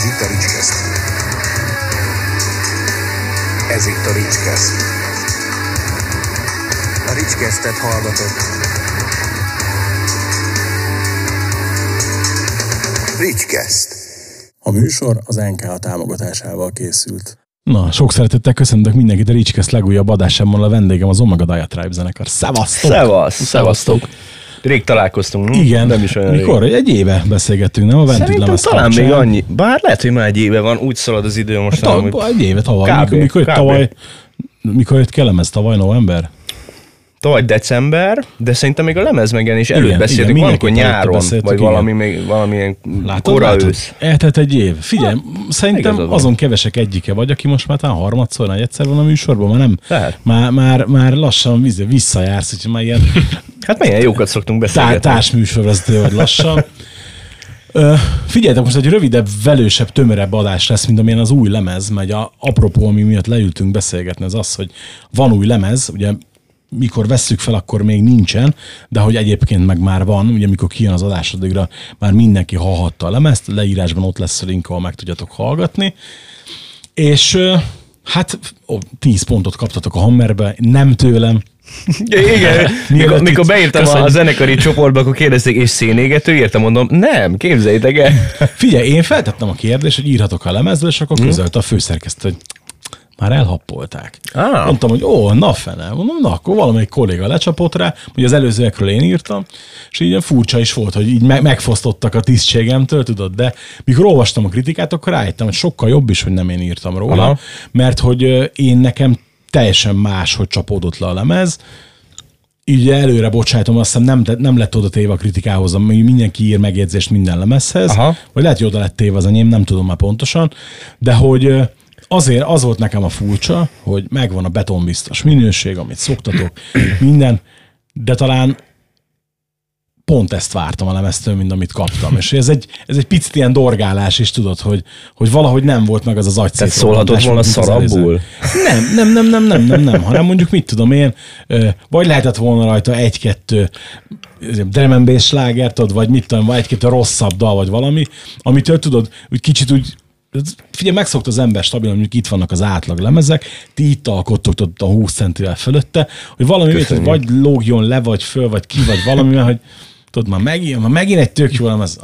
Ez itt a Ricskeszt. Ez itt a Ricskeszt. A Ricskesztet hallgatott. Ricskeszt. A műsor az NKA támogatásával készült. Na, sok szeretettel köszöntök mindenkit a Ricskeszt legújabb adásában, a vendégem az Omega Diatribe zenekar. Szevasztok! Szevasztok! Rég találkoztunk, igen, nem is olyan mikor? rég. Egy éve beszélgettünk, nem? A Ventud lemez talán még annyi, bár lehet, hogy már egy éve van, úgy szalad az idő most. Egy éve tavaly. Mikor jött ki a lemez? Tavaly november? Tavaly december, de szerintem még a lemez megjelenés előtt beszéltünk, valamikor nyáron, vagy valamilyen kora ősz. Eltelt egy év. Figyelj, szerintem azon kevesek egyike vagy, aki most már talán harmadszor, negyedszer van a műsorban, már nem. Már lassan visszajársz, úgyhogy már ilyen... Hát milyen jókat szoktunk beszélgetni. Társműsorvezető vagy lassan. Figyeljetek, most egy rövidebb, velősebb, tömörebb adás lesz, mint amilyen az új lemez megy. Apropó, ami miatt leültünk beszélgetni, az az, hogy van új lemez, ugye mikor vesszük fel, akkor még nincsen, de hogy egyébként meg már van, ugye mikor kijön az adás, addigra már mindenki hallhatta a lemezt, leírásban ott lesz a link, ahol meg tudjatok hallgatni. És hát 10 pontot kaptatok a Hammerbe, nem tőlem. Igen, mikor beírtam a zenekari csoportba, akkor kérdezték, és szénégető? Írtam, mondom, nem, képzeljétek el. Figyelj, én feltettem a kérdést, hogy írhatok a lemezbe, és akkor közölte a főszerkesztő, hogy már elhappolták. Mondtam, hogy na fene. Mondom, na, akkor valamelyik kolléga lecsapott rá, hogy az előzőekről én írtam, és így furcsa is volt, hogy így megfosztottak a tisztségemtől, tudod, de mikor olvastam a kritikát, akkor rájöttem, hogy sokkal jobb is, hogy nem én írtam róla, mert hogy én nekem teljesen más, hogy csapódott le a lemez. Így előre bocsájtom, azt hiszem nem lett oda téve a kritikához, mindenki ír megjegyzést minden lemezhez, vagy lehet, hogy oda lett téve az enyém, nem tudom már pontosan, de hogy azért az volt nekem a furcsa, hogy megvan a betonbiztos minőség, amit szoktatok, minden, de talán pont ezt vártam a lemeztől, mint amit kaptam. És ez egy picit ilyen dorgálás is, tudod, hogy valahogy nem volt meg az az agyszétolódás. Tehát szólhatott volna szarabbul? Nem, hanem mondjuk mit tudom én, vagy lehetett volna rajta egy-kettő drum and bass sláger, tudod, vagy mit tudom, vagy egy-kettő rosszabb dal, vagy valami, amitől tudod, úgy kicsit úgy, figyelj, megszokta az ember stabilan, mondjuk itt vannak az átlag lemezek, ti itt alkottok a 20 centivel fölötte, hogy valami hogy vagy lógjon le, vagy föl, vagy ki, vagy valami, hogy tudod, már megint egy tök jó lemez.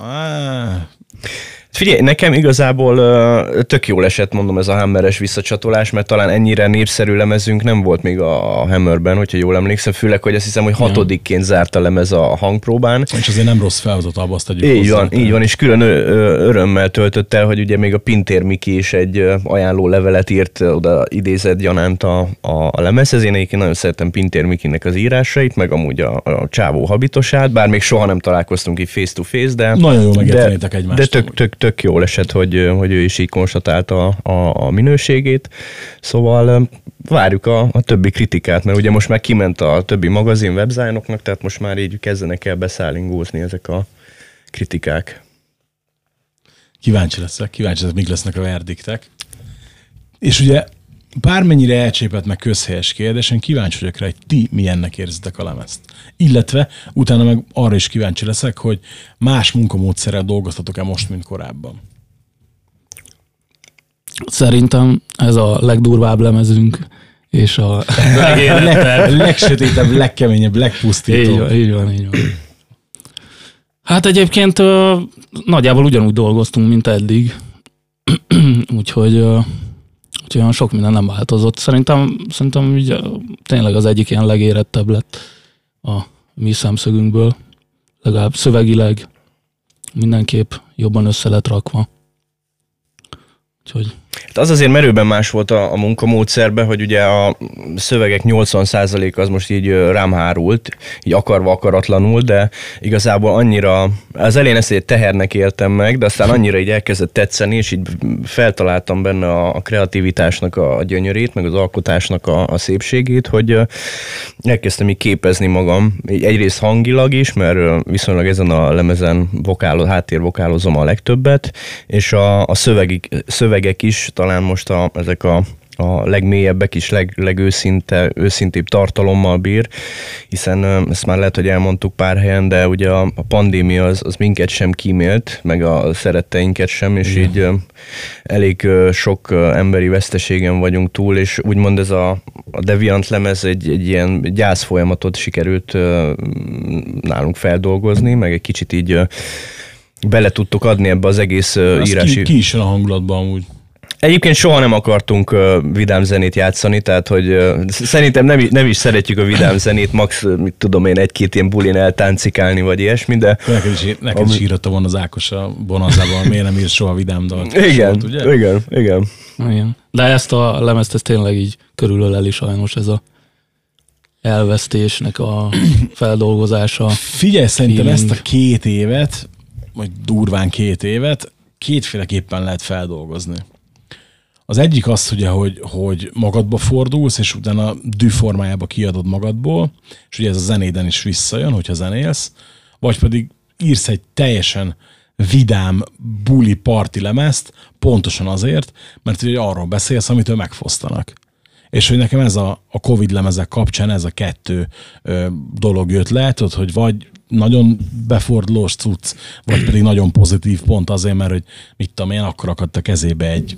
Figyelj, nekem igazából tök jól esett, mondom, ez a Hammeres visszacsatolás, mert talán ennyire népszerű lemezünk nem volt még a Hammerben, hogyha jól emlékszem, főleg, hogy azt hiszem, hogy 6-ként zárt a lemez a hangpróbán. És azért nem rossz felhozott, abba azt tegyük hozzá. Így van, és külön örömmel töltött el, hogy ugye még a Pintér Miki is egy ajánló levelet írt, oda idézett gyanánt a lemezhez. Én egyébként nagyon szeretem Pintér Mikinek az írásait, meg amúgy a csávó habitosát, bár még soha nem találkoztunk így face to face, de nagyon jól megértenétek egymást. De tök jól esett, hogy ő is így konstatálta a minőségét. Szóval várjuk a többi kritikát, mert ugye most már kiment a többi magazin webzájnoknak, tehát most már így kezdenek el beszállingózni ezek a kritikák. Kíváncsi leszek, mik lesznek a verdiktek. És ugye bármennyire elcsépelt meg közhelyes kérdés, én kíváncsi vagyok rá, hogy ti milyennek érzitek a lemezt. Illetve utána meg arra is kíváncsi leszek, hogy más munkamódszerrel dolgoztatok-e most, mint korábban. Szerintem ez a legdurvább lemezünk, és a legsötétebb, legkeményebb, legpusztítóbb. Így van. Hát egyébként nagyjából ugyanúgy dolgoztunk, mint eddig, úgyhogy olyan sok minden nem változott. Szerintem így, tényleg az egyik ilyen legérettebb lett a mi szemszögünkből. Legalább szövegileg mindenképp jobban össze lett rakva. Úgyhogy... Hát az azért merőben más volt a munkamódszerben, hogy ugye a szövegek 80%-a az most így rám hárult, így akarva akaratlanul, de igazából annyira, az elején ezt egy tehernek éltem meg, de aztán annyira így elkezdett tetszeni, és így feltaláltam benne a kreativitásnak a gyönyörét, meg az alkotásnak a szépségét, hogy elkezdtem így képezni magam, egyrészt hangilag is, mert viszonylag ezen a lemezen háttérvokálozom a legtöbbet, és a szövegek is talán most ezek a a legmélyebbek is legőszintébb tartalommal bír, hiszen ezt már lehet, hogy elmondtuk pár helyen, de ugye a pandémia az minket sem kímélt, meg a szeretteinket sem, és így elég sok emberi veszteségen vagyunk túl, és úgymond ez a Deviant lemez egy ilyen gyászfolyamatot sikerült nálunk feldolgozni, meg egy kicsit így bele tudtuk adni ebbe az egész írási... Ki is jön a hangulatban amúgy. Egyébként soha nem akartunk vidám zenét játszani, tehát hogy szerintem nem is szeretjük a vidám zenét, max, mit tudom én, egy-két ilyen bulin eltáncikálni, vagy ilyesmi, de... Neked is írta volna az Ákos a Bonanzában, miért nem írt soha vidám dalt. Igen, sort, ugye? igen. De ezt a lemezt ez tényleg így körülöleli sajnos ez a elvesztésnek a feldolgozása. Figyelj, szerintem ezt a 2 évet, vagy durván 2 évet kétféleképpen lehet feldolgozni. Az egyik az ugye, hogy magadba fordulsz, és utána dűformájába kiadod magadból, és ugye ez a zenéden is visszajön, hogyha zenélsz, vagy pedig írsz egy teljesen vidám, buli parti lemezt, pontosan azért, mert ugye arról beszélsz, amitől megfosztanak. És hogy nekem ez a Covid lemezek kapcsán ez a 2 dolog jött le, tudod, hogy vagy nagyon befordulós cucc, vagy pedig nagyon pozitív pont azért, mert hogy mit tudom én, akkor akadt a kezébe egy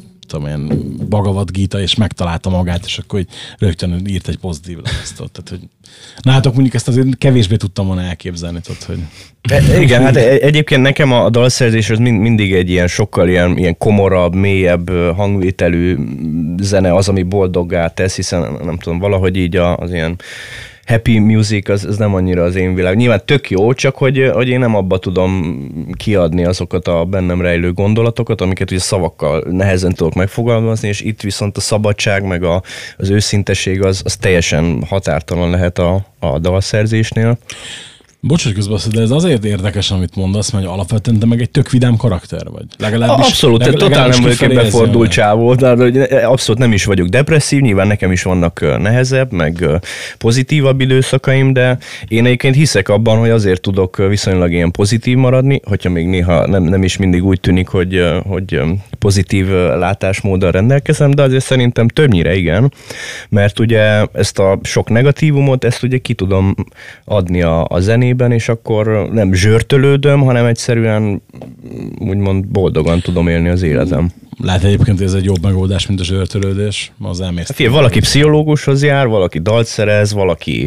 Bhagavad Gita, és megtalálta magát, és akkor rögtön írt egy pozitív lemezt. Tehát, hogy nálatok mondjuk ezt azért kevésbé tudtam volna elképzelni. Tehát, hogy... Igen, hát egyébként nekem a dalszerzés az mindig egy ilyen sokkal ilyen komorabb, mélyebb hangvételű zene az, ami boldoggá tesz, hiszen nem tudom, valahogy így az ilyen happy music az nem annyira az én világ. Nyilván tök jó, csak hogy én nem abba tudom kiadni azokat a bennem rejlő gondolatokat, amiket ugye szavakkal nehezen tudok megfogalmazni, és itt viszont a szabadság, meg az őszinteség az teljesen határtalan lehet a dalszerzésnél. Bocsánat közben, de ez azért érdekes, amit mondasz, mert alapvetően te meg egy tök vidám karakter vagy. Legalábbis, abszolút, totál nem vagyok egy befordult csávó, de abszolút nem is vagyok depresszív, nyilván nekem is vannak nehezebb, meg pozitívabb időszakaim, de én egyébként hiszek abban, hogy azért tudok viszonylag ilyen pozitív maradni, hogyha még néha nem is mindig úgy tűnik, hogy pozitív látásmóddal rendelkezem, de azért szerintem többnyire igen, mert ugye ezt a sok negatívumot, ezt ugye ki tudom adni a zenében, és akkor nem zsörtölődöm, hanem egyszerűen úgymond boldogan tudom élni az életem. Lehet egyébként, hogy ez egy jobb megoldás, mint a zsörtölődés, az elmésztő. Hát, valaki pszichológushoz jár, valaki dalt szerez, valaki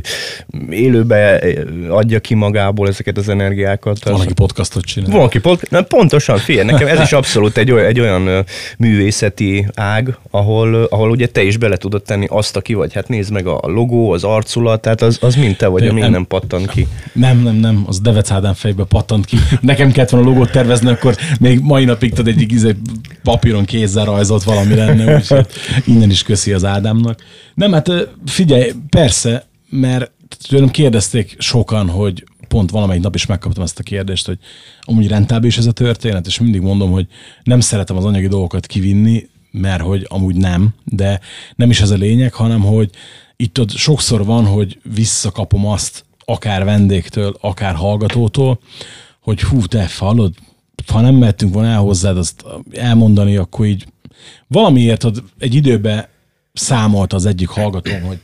élőbe adja ki magából ezeket az energiákat. Van, aki podcastot csinál. Van, aki pontosan, figyelj, nekem ez is abszolút egy olyan művészeti ág, ahol ugye te is bele tudod tenni azt, aki vagy. Hát nézd meg a logó, az arculat, tehát az mind te vagy, ami nem pattant ki. Nem, az Devec Ádám fejbe pattant ki. Nekem kellett volna a logót tervezni, akkor még mai napig egy papíron kézzel rajzolt valami lenne, úgyhogy innen is köszi az Ádámnak. Nem, hát figyelj, persze, mert tőlem kérdezték sokan, hogy pont valamelyik nap is megkaptam ezt a kérdést, hogy amúgy rentábilis ez a történet, és mindig mondom, hogy nem szeretem az anyagi dolgokat kivinni, mert hogy amúgy nem, de nem is ez a lényeg, hanem hogy itt ott sokszor van, hogy visszakapom azt, akár vendégtől, akár hallgatótól, hogy hú, te hallod, ha nem mehetünk volna el hozzád azt elmondani, akkor így valamiért egy időben számolt az egyik hallgatóm, hogy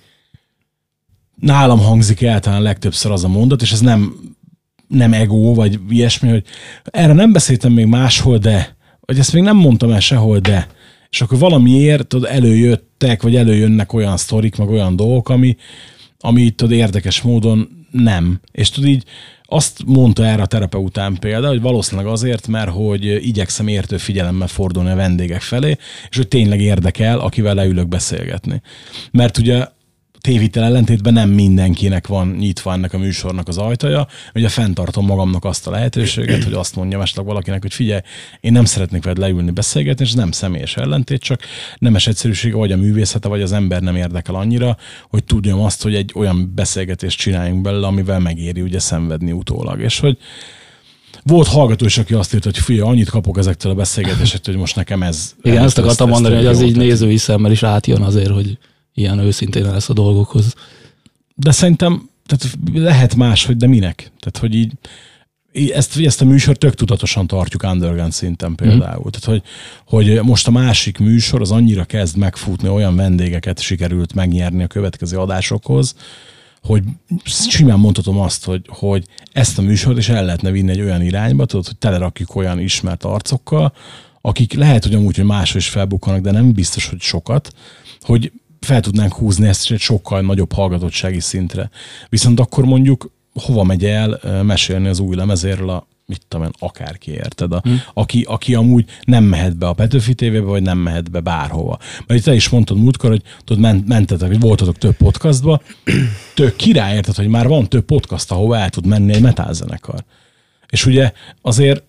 nálam hangzik el talán legtöbbször az a mondat, és ez nem ego, vagy ilyesmi, hogy erre nem beszéltem még máshol, de, vagy ezt még nem mondtam el sehol, de, és akkor valamiért előjöttek, vagy előjönnek olyan sztorik, meg olyan dolgok, ami érdekes módon nem. És így azt mondta erre a terapeután például, hogy valószínűleg azért, mert hogy igyekszem értő figyelemmel fordulni a vendégek felé, és hogy tényleg érdekel, akivel leülök beszélgetni. Mert ugye tévitel ellentétben nem mindenkinek van nyitva ennek a műsornak az ajtaja, ugye fenntartom magamnak azt a lehetőséget, hogy azt mondjam esetleg valakinek, hogy figyelj, én nem szeretnék veled leülni beszélgetni, és ez nem személyes ellentét, csak nemes egyszerűsége, vagy a művészete, vagy az ember nem érdekel annyira, hogy tudjam azt, hogy egy olyan beszélgetést csináljunk belőle, amivel megéri ugye szenvedni utólag. És hogy volt hallgató is, aki azt írt, hogy figyelj, annyit kapok ezektől a beszélgetésektől, hogy most nekem ez... Igen, ezt akartam mondani, hogy az így nézői szemmel is átjön azért, hogy ilyen őszintén lesz a dolgokhoz. De szerintem tehát lehet máshogy, de minek? Tehát, hogy így ezt a műsort tök tudatosan tartjuk underground szinten például. Tehát, hogy most a másik műsor az annyira kezd megfutni, olyan vendégeket sikerült megnyerni a következő adásokhoz, hogy simán mondhatom azt, hogy ezt a műsort is el lehetne vinni egy olyan irányba, tudod, hogy telerakjuk olyan ismert arcokkal, akik lehet, hogy amúgy, hogy máshol is felbukkanak, de nem biztos, hogy sokat, hogy fel tudnánk húzni ezt egy sokkal nagyobb hallgatottsági szintre. Viszont akkor mondjuk hova megy el mesélni az új lemezéről a mit tudom én, akárki, érted? Aki amúgy nem mehet be a Petőfi tévébe, vagy nem mehet be bárhova. Mert itt te is mondtad múltkor, hogy tudod, mentetek, hogy voltatok több podcastba, tök király, érted, hogy már van több podcast, ahova el tud menni egy metálzenekar. És ugye azért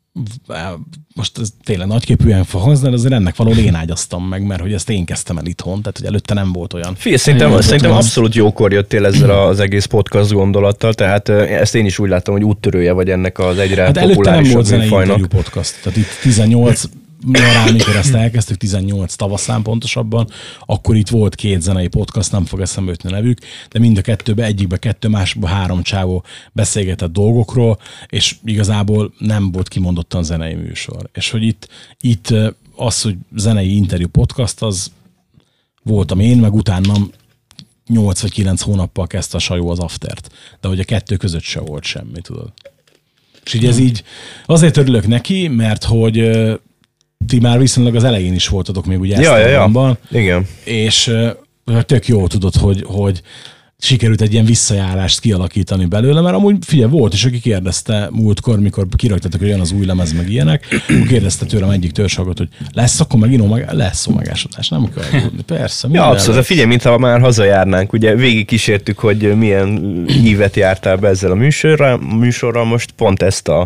most ez tényleg nagyképűen fog hozni, de azért ennek valahol én ágyaztam meg, mert hogy ezt én kezdtem el itthon, tehát hogy előtte nem volt olyan. Szerintem abszolút jókor jöttél ezzel az egész podcast gondolattal, tehát ezt én is úgy láttam, hogy úttörője vagy ennek az egyre populárisabb műfajnak. Podcast, tehát itt 18 nyarán, amikor ezt elkezdtük, 18 tavaszán pontosabban, akkor itt volt 2 zenei podcast, nem fog eszembe jutni a nevük, de mind a kettőben, egyikben 2, másikban 3 csávó beszélgetett dolgokról, és igazából nem volt kimondottan zenei műsor. És hogy itt az, hogy zenei interjú podcast, az voltam én, meg utánam 8 vagy 9 hónappal kezdte a Sajó az Aftert. De hogy a 2 között se volt semmi, tudod. És így ez így, azért örülök neki, mert hogy ti már viszonylag az elején is voltatok még ugye Esztergomban. Igen. És tök jó tudod, hogy sikerült egy ilyen visszajárást kialakítani belőle, mert amúgy figyelj, volt is, aki kérdezte múltkor, mikor kiraktatok, hogy jön az új lemez, meg ilyenek, kérdezte tőlem egyik törzshallgató, hogy lesz akkor megint lesz omegásodás, nem kell tudni. Persze. Ja, abszolút, de figyelj, mintha már hazajárnánk, ugye végig kísértük, hogy milyen ívet jártál be ezzel a műsorral, most pont ezt a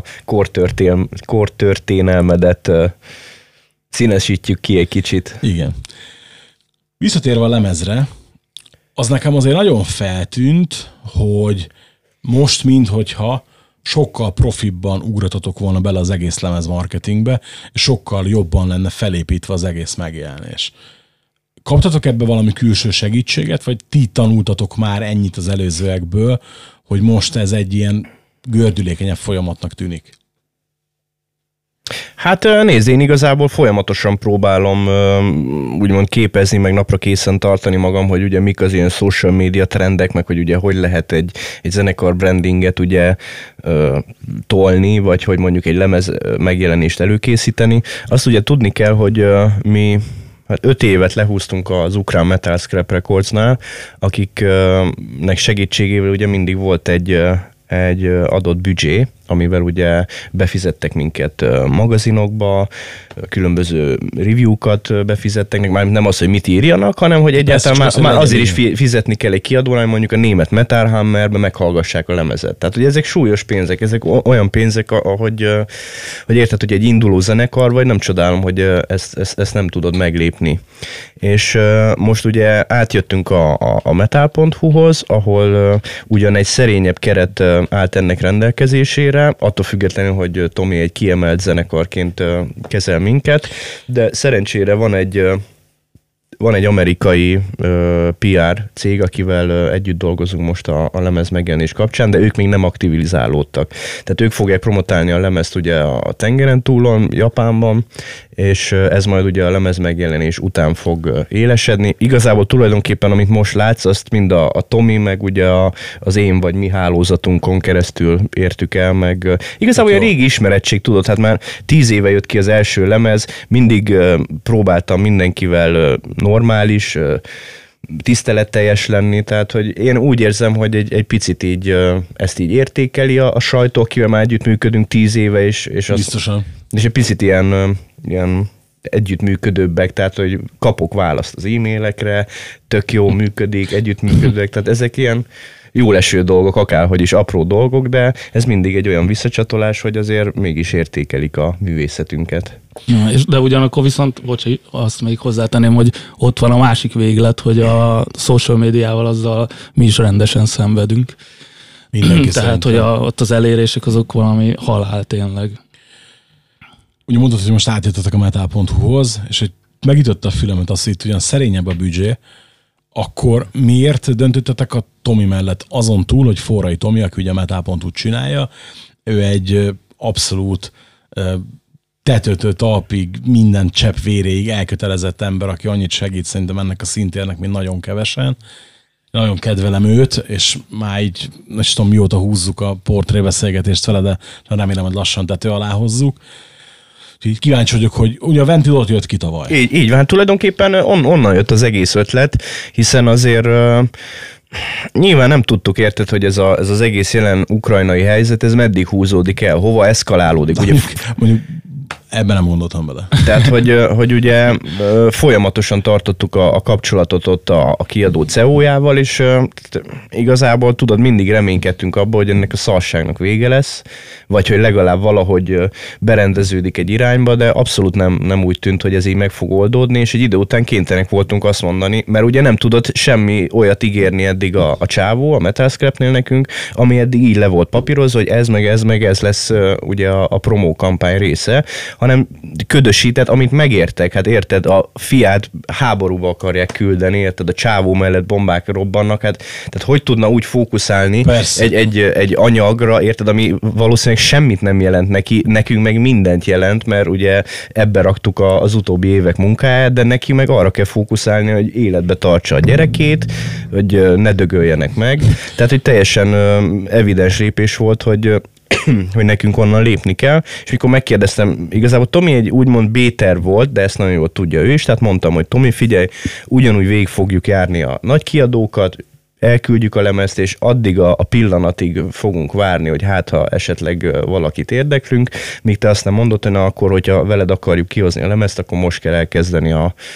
kortörténelmedet színesítjük ki egy kicsit. Igen. Visszatérve a lemezre, az nekem azért nagyon feltűnt, hogy most minthogyha sokkal profibban ugratotok volna bele az egész lemez marketingbe, és sokkal jobban lenne felépítve az egész megjelenés. Kaptatok ebbe valami külső segítséget, vagy ti tanultatok már ennyit az előzőekből, hogy most ez egy ilyen gördülékenyebb folyamatnak tűnik? Hát nézd, én igazából folyamatosan próbálom úgymond képezni, meg napra készen tartani magam, hogy ugye mik az ilyen social media trendek, meg hogy ugye hogy lehet egy zenekar brandinget ugye tolni, vagy hogy mondjuk egy lemez megjelenést előkészíteni. Azt ugye tudni kell, hogy mi 5 évet lehúztunk az ukrán Metal Scrap Recordsnál, akiknek segítségével ugye mindig volt egy adott büdzsé, amivel ugye befizettek minket magazinokba, különböző review-kat befizettek, már nem az, hogy mit írjanak, hanem hogy egyáltalán már azért is fizetni kell egy kiadóra, hogy mondjuk a német Metal Hammerbe meghallgassák a lemezet. Tehát, hogy ezek súlyos pénzek, ezek olyan pénzek, hogy érted, hogy egy induló zenekar vagy, nem csodálom, hogy ezt nem tudod meglépni. És most ugye átjöttünk a metal.hu-hoz, ahol ugyan egy szerényebb keret állt ennek rendelkezésére, attól függetlenül, hogy Tomi egy kiemelt zenekarként kezel minket, de szerencsére van egy amerikai PR cég, akivel együtt dolgozunk most a lemez megjelenés kapcsán, de ők még nem aktivizálódtak. Tehát ők fogják promotálni a lemezt ugye a tengeren túlon, Japánban, és ez majd ugye a lemez megjelenés után fog élesedni. Igazából tulajdonképpen, amit most látsz, azt mind a Tomi, meg ugye az én vagy mi hálózatunkon keresztül értük el, meg igazából a régi ismerettség, tudod, hát már 10 éve jött ki az első lemez, mindig próbáltam mindenkivel normális, tiszteletteljes lenni, tehát hogy én úgy érzem, hogy egy picit így ezt így értékeli a sajtó, akivel már együttműködünk 10 éve, és biztosan. És egy picit ilyen együttműködőbbek, tehát hogy kapok választ az e-mailekre, tök jó működik, együttműködőek, tehát ezek ilyen jól eső dolgok, akárhogy is apró dolgok, de ez mindig egy olyan visszacsatolás, hogy azért mégis értékelik a művészetünket. Ja, de ugyanakkor viszont, bocsi, azt még hozzátenném, hogy ott van a másik véglet, hogy a social médiával azzal mi is rendesen szenvedünk. Mindenki tehát, hogy ott az elérések azok valami halál tényleg. Ugye mondtad, hogy most átjöttetek a metal.hu-hoz, és hogy megütötte a fülemet azt, hogy itt ugyan szerényebb a büdzsé, akkor miért döntöttetek a Tomi mellett azon túl, hogy Forrai Tomi, aki ugye a metal.hu csinálja, ő egy abszolút tetőtől talpig, minden csepp véréig elkötelezett ember, aki annyit segít szerintem ennek a szintérnek, mint nagyon kevesen. Nagyon kedvelem őt, és már így, nem tudom mióta húzzuk a portrébeszélgetést vele, de remélem, hogy lassan tető alá hozzuk. Így kíváncsi vagyok, hogy ugye a Ventilót jött ki tavaly. Így van, hát tulajdonképpen onnan jött az egész ötlet, hiszen azért nyilván nem tudtuk, érted, hogy ez az egész jelen ukrajnai helyzet, ez meddig húzódik el, hova eszkalálódik. Ugye, mondjuk ebben nem gondoltam bele. Tehát, hogy ugye folyamatosan tartottuk a kapcsolatot ott a kiadó CEO-jával, és igazából tudod, mindig reménykedtünk abba, hogy ennek a szarságnak vége lesz, vagy hogy legalább valahogy berendeződik egy irányba, de abszolút nem úgy tűnt, hogy ez így meg fog oldódni, és egy idő után kénytelenek voltunk azt mondani, mert ugye nem tudott semmi olyat ígérni eddig a csávó, a Metal Scrapnél nekünk, ami eddig így le volt papírozva, hogy ez meg ez lesz ugye a promó kampány része, hanem ködösített, amit megértek. Hát érted, a fiát háborúba akarják küldeni, érted, a csávó mellett bombák robbannak, hát tehát hogy tudna úgy fókuszálni egy anyagra, érted, ami valószínűleg semmit nem jelent neki, nekünk meg mindent jelent, mert ugye ebbe raktuk az utóbbi évek munkáját, de neki meg arra kell fókuszálni, hogy életbe tartsa a gyerekét, hogy ne dögöljenek meg. Tehát, hogy teljesen evidens lépés volt, hogy nekünk onnan lépni kell, és mikor megkérdeztem, igazából Tomi egy úgymond B-terv volt, de ezt nagyon jól tudja ő is, tehát mondtam, hogy Tomi, figyelj, ugyanúgy végig fogjuk járni a nagy kiadókat, elküldjük a lemezt, és addig a pillanatig fogunk várni, hogy hát ha esetleg valakit érdeklünk, míg te azt nem mondod, hogy na akkor, hogyha veled akarjuk kihozni a lemezt, akkor most kell elkezdeni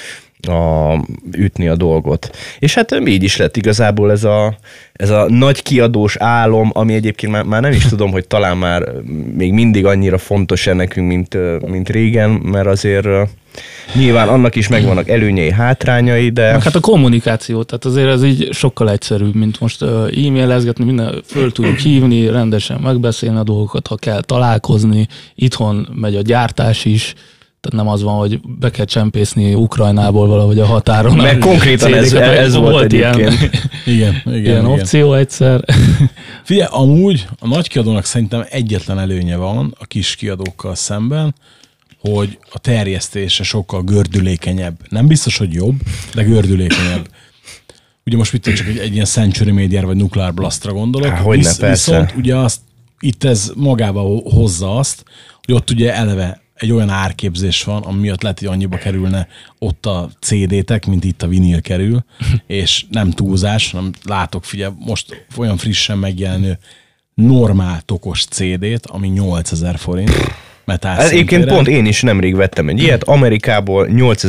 ütni a dolgot. És hát így is lett igazából ez a nagy kiadós álom, ami egyébként már nem is tudom, hogy talán már még mindig annyira fontos nekünk, mint régen, mert azért nyilván annak is megvannak előnyei, hátrányai, de... Hát a kommunikáció, tehát azért ez így sokkal egyszerűbb, mint most e-mailezgetni, minden föl tudjuk hívni, rendesen megbeszélni a dolgokat, ha kell találkozni, itthon megy a gyártás is, tehát nem az van, hogy be kell csempészni Ukrajnából valahogy a határon. Mert konkrétan ez volt egyébként. Igen, opció egyszer. Figyelj, amúgy a nagy kiadónak szerintem egyetlen előnye van a kis kiadókkal szemben, hogy a terjesztése sokkal gördülékenyebb. Nem biztos, hogy jobb, de gördülékenyebb. Ugye most mit csak egy ilyen Century Media vagy Nuclear Blastra gondolok. Viszont ugye itt ez magába hozza azt, hogy ott ugye eleve egy olyan árképzés van, ami miatt lehet, hogy annyiba kerülne ott a CD-tek, mint itt a vinil kerül, és nem túlzás, hanem látok, figyelj, most olyan frissen megjelenő normál tokos CD-t, ami 8000 forint. Egyébként pont én is nemrég vettem egy ilyet. Amerikából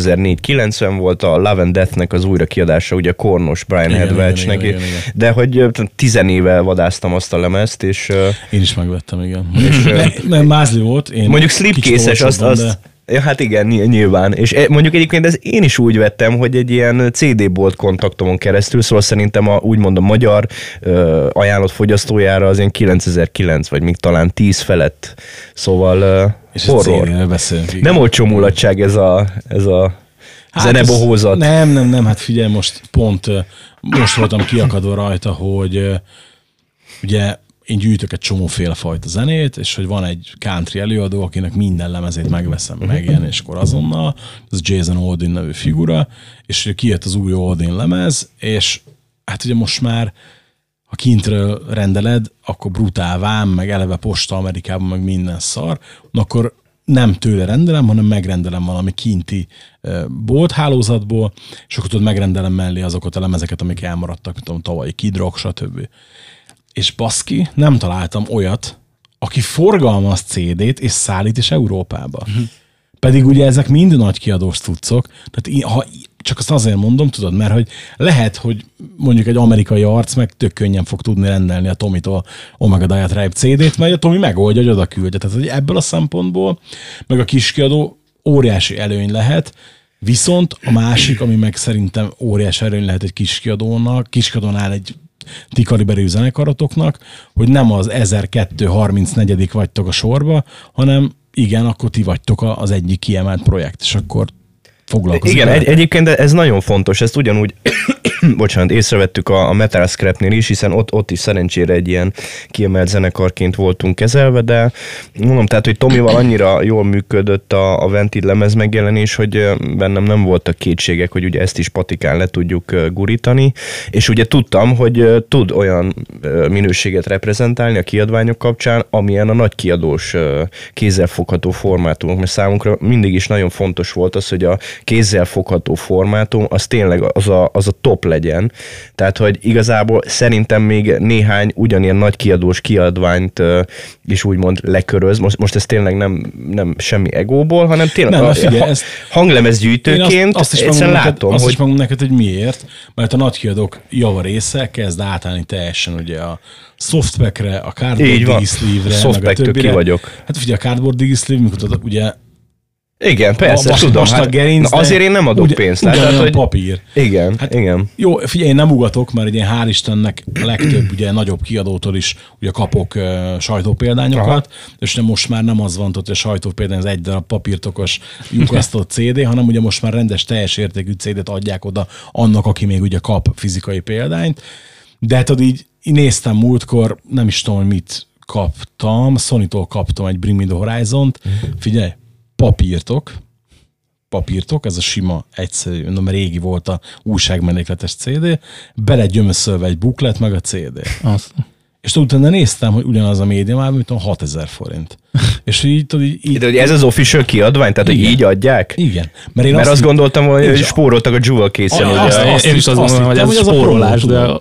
8490 volt a Love and Death-nek az újrakiadása, ugye a Kornos Brian Hedwelch-nek, de hogy 10 éve vadáztam azt a lemezt, és... Én is megvettem, igen. Nem mázli volt. Mondjuk slipcase-es, azt ja, hát igen, nyilván. És mondjuk egyébként én is úgy vettem, hogy egy ilyen CD-bolt kontaktomon keresztül, szóval szerintem úgymond a magyar ajánlott fogyasztójára az ilyen 9009, vagy még talán 10 felett. Szóval és horror. Nem olcsó mulatság ez a zenebohózat. Nem, hát figyelj, most voltam kiakadva rajta, hogy ugye én gyűjtök egy csomóféle fajta zenét, és hogy van egy country előadó, akinek minden lemezét megveszem megjelenéskor azonnal, ez Jason Aldean nevű figura, és kijött az új Aldean lemez, és hát ugye most már, ha kintről rendeled, akkor brutál vám, meg eleve posta Amerikában, meg minden szar, akkor nem tőle rendelem, hanem megrendelem valami kinti bolthálózatból, és akkor tudod, megrendelem mellé azokat a lemezeket, amik elmaradtak, mint tudom, tavalyi Kid Rock, stb. És baszki, nem találtam olyat, aki forgalmaz CD-t és szállít is Európába. Pedig ugye ezek mind nagy kiadós cuccok, tehát csak azt azért mondom, tudod, mert hogy lehet, hogy mondjuk egy amerikai arc meg tök könnyen fog tudni rendelni a Tomitól Omega Diatribe CD-t, mert a Tomi megoldja, hogy oda küldje. Tehát hogy ebből a szempontból, meg a kiskiadó óriási előny lehet, viszont a másik, ami meg szerintem óriási előny lehet egy kiskiadónál egy ti kaliberű zenekarotoknak, hogy nem az 1234. vagytok a sorba, hanem igen, akkor ti vagytok az egyik kiemelt projekt, és akkor foglalkozik. Igen, egyébként ez nagyon fontos, ezt ugyanúgy észrevettük a Metal Scrapnél is, hiszen ott is szerencsére egy ilyen kiemelt zenekarként voltunk kezelve, de mondom, tehát, hogy Tomival annyira jól működött a Vented lemez megjelenés, hogy bennem nem voltak kétségek, hogy ugye ezt is patikán le tudjuk gurítani, és ugye tudtam, hogy tud olyan minőséget reprezentálni a kiadványok kapcsán, amilyen a nagy kiadós kézzelfogható formátumok, mert számunkra mindig is nagyon fontos volt az, hogy a kézzelfogható formátum az tényleg az a top legyen. Tehát, hogy igazából szerintem még néhány ugyanilyen nagy kiadós kiadványt is úgymond leköröz. Most ez tényleg nem semmi egóból, hanem tényleg hanglemezgyűjtőként egyszerűen látom, azt is mondom neked, hogy miért, mert a nagy kiadók javarésze kezd átállni teljesen ugye a Softpackre, a Cardboard Digistleeve-re, meg a többire. Ki vagyok. Hát figyelj, a Cardboard Digistleeve, mikor ugye igen, persze, tudom. Gerinc, azért én nem adok pénzt. Ugyanolyan hogy papír. Igen, hát, igen. Jó, figyelj, én nem ugatok, mert ugye hál' Istennek a legtöbb ugye nagyobb kiadótól is ugye kapok sajtópéldányokat, és ugye most már nem az van, hogy a sajtópéldány az egy darab papírtokos lyukasztott CD, hanem ugye most már rendes teljes értékű CD-t adják oda annak, aki még ugye kap fizikai példányt. De hát így néztem múltkor, nem is tudom, hogy mit kaptam, Sony-tól kaptam egy Bring Me The Horizont, figyelj, papírtok, ez a sima, egyszerű, régi volt a újságmenlékletes CD, belegyömöszölve egy buklet, meg a CD. Azt. És utána néztem, hogy ugyanaz a média már, mint 6000 forint. És így de hogy ez az official kiadvány, tehát igen, hogy így adják? Igen. Mert azt gondoltam, hogy spóroltak a Jewel Case-en. Én is azt gondolom, hogy ez spórolás, de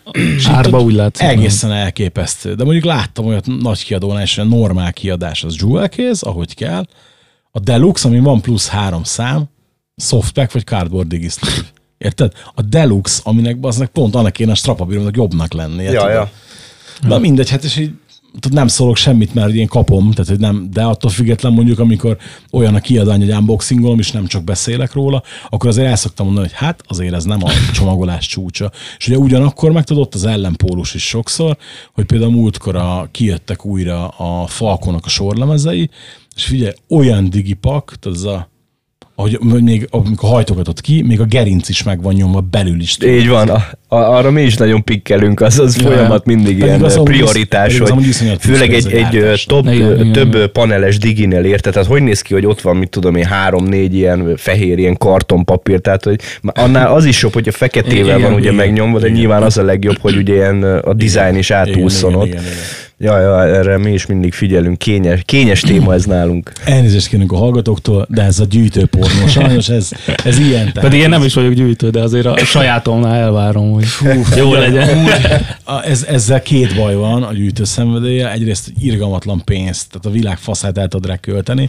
árba úgy látszik. Egészen elképesztő. De mondjuk láttam olyat nagy kiadónál, és a normál kiadás az Jewel Case, ahogy kell. A Deluxe, ami van plusz 3 szám, Softpack vagy Cardboard Digistleeve. Érted? A Deluxe, aminek aznak pont annak kéne a strapabírónak jobbnak lenni. Ja. Na mindegy, hát és így nem szólok semmit, mert én kapom, tehát hogy nem, de attól független mondjuk, amikor olyan a kiadvány, hogy unboxingolom, és nem csak beszélek róla, akkor azért el szoktam mondani, hogy hát azért ez nem a csomagolás csúcsa. És ugye ugyanakkor megtudott az ellenpólus is sokszor, hogy például múltkor kijöttek újra a Falconnak a sorlemezei, és figyelj, olyan digipak, tehát ez ahogy még amikor hajtogatott ki, még a gerinc is meg van nyomva belül is. Így van, arra mi is nagyon pikkelünk, az folyamat mindig ilyen prioritás, hogy főleg egy több paneles diginél érte, tehát hogy néz ki, hogy ott van, mit tudom én, 3-4 ilyen fehér, ilyen kartonpapír, tehát hogy annál az is jobb, hogy a feketével van ugye megnyomva, de nyilván az a legjobb, hogy ugye ilyen a design is átúszon ott. Ja, erre mi is mindig figyelünk, kényes téma ez nálunk. Elnézést kérünk a hallgatóktól, de ez a gyűjtőpornó, sajnos ez ilyen. Pedig én nem is vagyok gyűjtő, de azért a sajátomnál elvárom, hogy jó legyen. Ezzel két baj van a gyűjtő szenvedélye. Egyrészt irgalmatlan pénzt, tehát a világ faszát el tud rá költeni.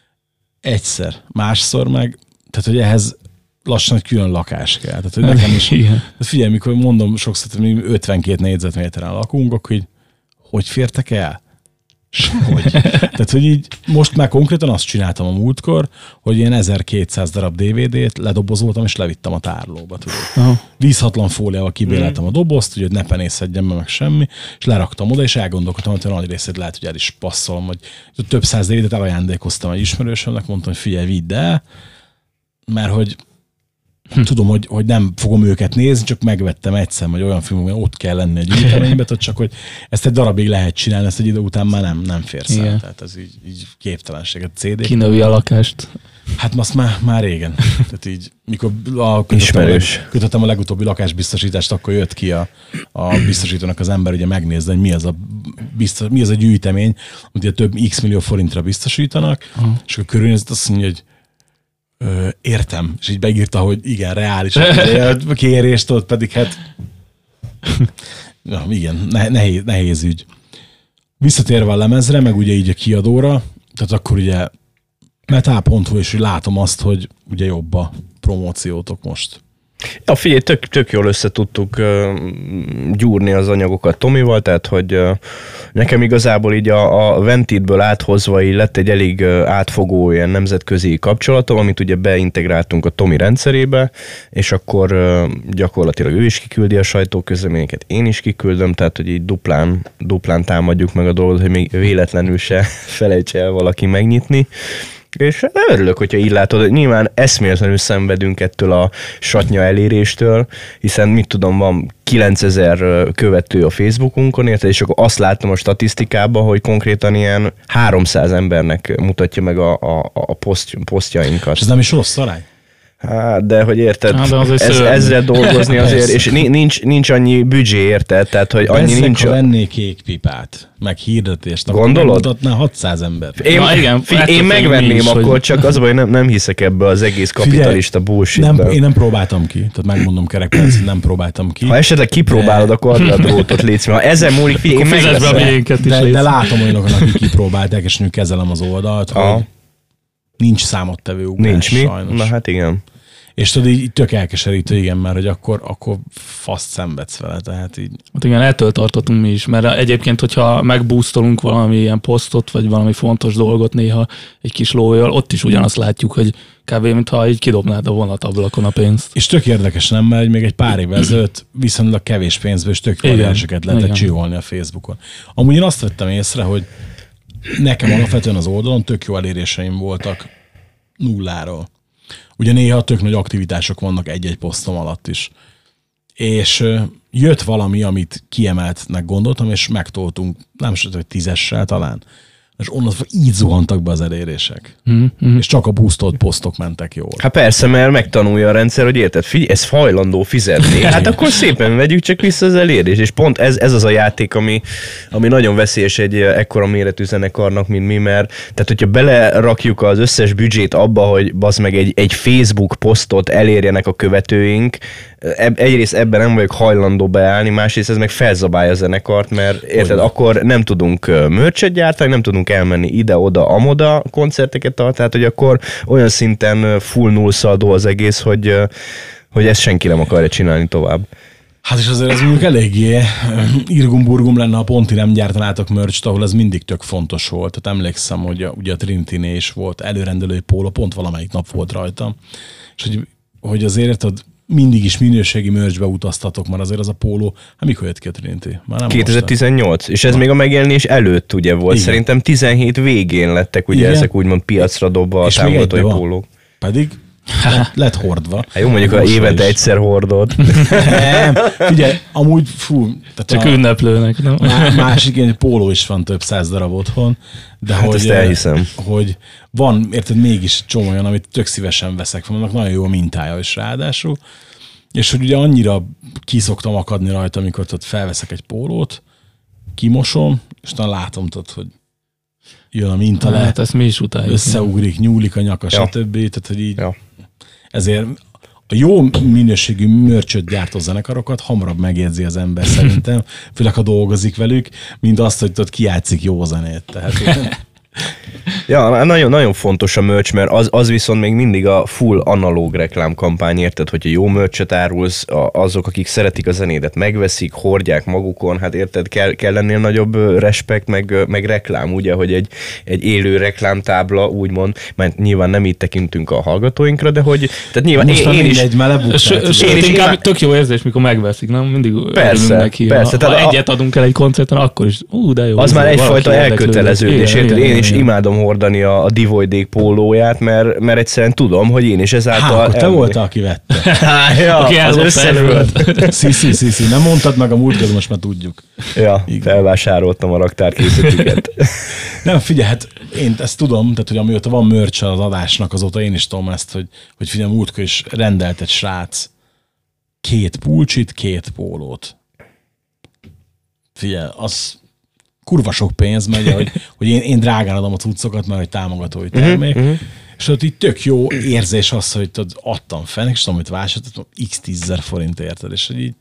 Egyszer. Másszor meg, tehát hogy ehhez lassan egy külön lakás kell. Tehát hogy nekem is. Figyelj, mikor mondom sokszor, hogy mi 52 négyzetméteren lakunk, akkor hogy fértek el? Sehogy. Tehát, hogy így most már konkrétan azt csináltam a múltkor, hogy én 1200 darab DVD-t ledobozoltam, és levittem a tárolóba. Vízhatlan fóliával kibéleltem a dobozt, hogy ne penészedjen meg semmi, és leraktam oda, és elgondolkodtam, hogy a nagy részét lehet, hogy el is passzolom, hogy több száz DVD-t elajándékoztam egy ismerősömnek, mondtam, hogy figyelj, vidd el, mert hogy tudom, hogy nem fogom őket nézni, csak megvettem egyszer, vagy olyan filmben ott kell lenni egy gyűjteménybe, csak hogy ezt egy darabig lehet csinálni, ezt egy idő után már nem férsz el. Tehát ez így képtelenség. A CD. Kinövi a lakást. Hát azt már régen. Tehát így, mikor kötöttem a legutóbbi lakásbiztosítást, akkor jött ki a biztosítónak az ember, ugye megnézni, hogy mi az a gyűjtemény, amit több x millió forintra biztosítanak, és akkor körülnézett azt mondja, hogy értem, és így beírta, hogy igen, reális a kérést ott, pedig hát igen, nehéz ügy. Visszatérve a lemezre, meg ugye így a kiadóra, tehát akkor ugye metal.hu, és látom azt, hogy ugye jobb a promóciótok most. Ja, figyelj, tök jól össze tudtuk gyúrni az anyagokat Tomival, tehát hogy nekem igazából így a Ventedből áthozva így lett egy elég átfogó ilyen nemzetközi kapcsolatom, amit ugye beintegráltunk a Tomi rendszerébe, és akkor gyakorlatilag ő is kiküldi a sajtóközleményeket, én is kiküldöm, tehát hogy így duplán támadjuk meg a dolgot, hogy még véletlenül se felejtse el valaki megnyitni. És örülök, hogyha így látod, nyilván eszméletlenül szenvedünk ettől a satnya eléréstől, hiszen mit tudom, van 9000 követő a Facebookunkon, érted? És akkor azt láttam a statisztikában, hogy konkrétan ilyen 300 embernek mutatja meg a posztjainkat. És ez nem is rossz arány? Hát, de hogy érted, de ezzel dolgozni azért, és nincs annyi büdzsé, érted? Tehát, hogy annyi Bezzeg, nincs... ha vennék kék pipát, meg hirdetést, akkor gondolod? megmutatná 600 embert. Én megvenném akkor, csak az, hogy nem hiszek ebbe az egész kapitalista bullshitbe. Én nem próbáltam ki, tehát megmondom kerekperc, nem próbáltam ki. Ha esetleg kipróbálod, akkor adj a drótot, légy szíves. Ha ezen múlik, én de látom olyanokat, akik kipróbálták, és nő kezelem az oldalt, hogy nincs számottevő ugrás, nincs mi? Sajnos. Na hát igen. És tudod, így tök elkeserítő, igen, mert hogy akkor faszt szenvedsz vele, tehát így. Hát igen, ettől tartottunk mi is, mert egyébként, hogyha megboostolunk valami ilyen posztot, vagy valami fontos dolgot néha egy kis lójjal, ott is ugyanazt látjuk, hogy kb. Mintha így kidobnád a vonatablakon a pénzt. És tök érdekes, nem? Mert még egy pár évvel ezelőtt viszonylag kevés pénzből és tök variánseket lehetett csiholni a Facebookon. Amúgy én azt vettem észre, hogy nekem alapvetően az oldalon tök jó eléréseim voltak nulláról. Ugye néha tök nagy aktivitások vannak egy-egy posztom alatt is. És jött valami, amit kiemeltnek gondoltam, és megtoltunk, nem is hogy 10-essel talán. És onnan így zuhantak be az elérések. És csak a boostolt posztok mentek jól. Hát persze, mert megtanulja a rendszer, hogy érted, ez hajlandó fizetni. Hát akkor szépen vegyük csak vissza az elérés. És pont ez az a játék, ami nagyon veszélyes egy ekkora méretű zenekarnak, mint mi, mert tehát, hogyha belerakjuk az összes büdzsét abba, hogy bazd meg egy Facebook posztot elérjenek a követőink, egyrészt ebben nem vagyok hajlandó beállni, másrészt ez meg felzabálja a zenekart, mert érted, akkor nem tudunk merchet gyártani, nem tudunk elmenni ide-oda, amoda koncerteket tart, tehát hogy akkor olyan szinten full null szaldó az egész, hogy ezt senki nem akarja csinálni tovább. Hát és azért ez mondjuk eléggé irgum-burgum lenne, ha pont nem gyártanátok merch-t, ahol ez mindig tök fontos volt. Tehát emlékszem, hogy ugye a Trinity-nél is volt előrendelői póló, pont valamelyik nap volt rajta. És hogy azért mindig is minőségi merchbe utaztatok, mert azért az a póló, hát mikor jött ki a Trinity? Már nem 2018, és ez még a megjelenés előtt ugye volt. Igen. Szerintem 17 végén lettek ugye ezek úgymond piacra dobva a támogatói pólók. Pedig lett hordva. Hát jó, mondjuk, ha évente egyszer hordod. Nem, figyelj, amúgy csak ünneplőnek, nem? Másik ilyen póló is van több 100 darab otthon, de hát ezt elhiszem. Hogy van, érted, mégis csomó olyan, amit tök szívesen veszek, vannak nagyon jó mintája is ráadásul, és hogy ugye annyira ki szoktam akadni rajta, amikor felveszek egy pólót, kimosom, és talán látom, hogy jön a minta le, hát ezt mi is utáljuk, összeugrik, nyúlik a nyaka, stb. Tehát, hogy így ezért a jó minőségű merchöt gyártó zenekarokat hamarabb megjegyzi az ember szerintem, főleg ha dolgozik velük, mint azt, hogy ott kijátszik jó zenét. Tehát, ja, nagyon fontos a merch, mert az viszont még mindig a full analóg reklámkampány, érted, hogyha jó merchet árulsz, azok, akik szeretik a zenédet, megveszik, hordják magukon, hát érted, kell lennél nagyobb respekt, meg reklám, ugye, hogy egy élő reklámtábla, úgymond, mert nyilván nem így tekintünk a hallgatóinkra, de hogy, tehát nyilván én is... És inkább tök jó érzés, mikor megveszik, nem? Mindig persze, neki. Persze. Ha egyet adunk el egy koncerten, akkor is, de jó. Az már egyfajta elköteleződés, érted? Én is imádom hordani a Divoidék pólóját, mert egyszerűen tudom, hogy én is ezáltal... Akkor te voltál, aki vette. Aki az összefüggött. Szí, nem mondtad meg a múltkor, most már tudjuk. Ja, felvásároltam a raktárkészletüket. Nem, figyelj, hát én ezt tudom, tehát hogy amióta van merch az adásnak, azóta én is tudom ezt, hogy figyelj, múltkor is rendelt egy srác 2 pulcsit, 2 pólót. Figyelj, az kurva sok pénz megy, hogy én drágán adom a cuccokat, mert hogy támogatói termék, és ott így tök jó érzés az, hogy adtam fel, és tudom, hogy vásároltam x 10 000 forint érted, és hogy így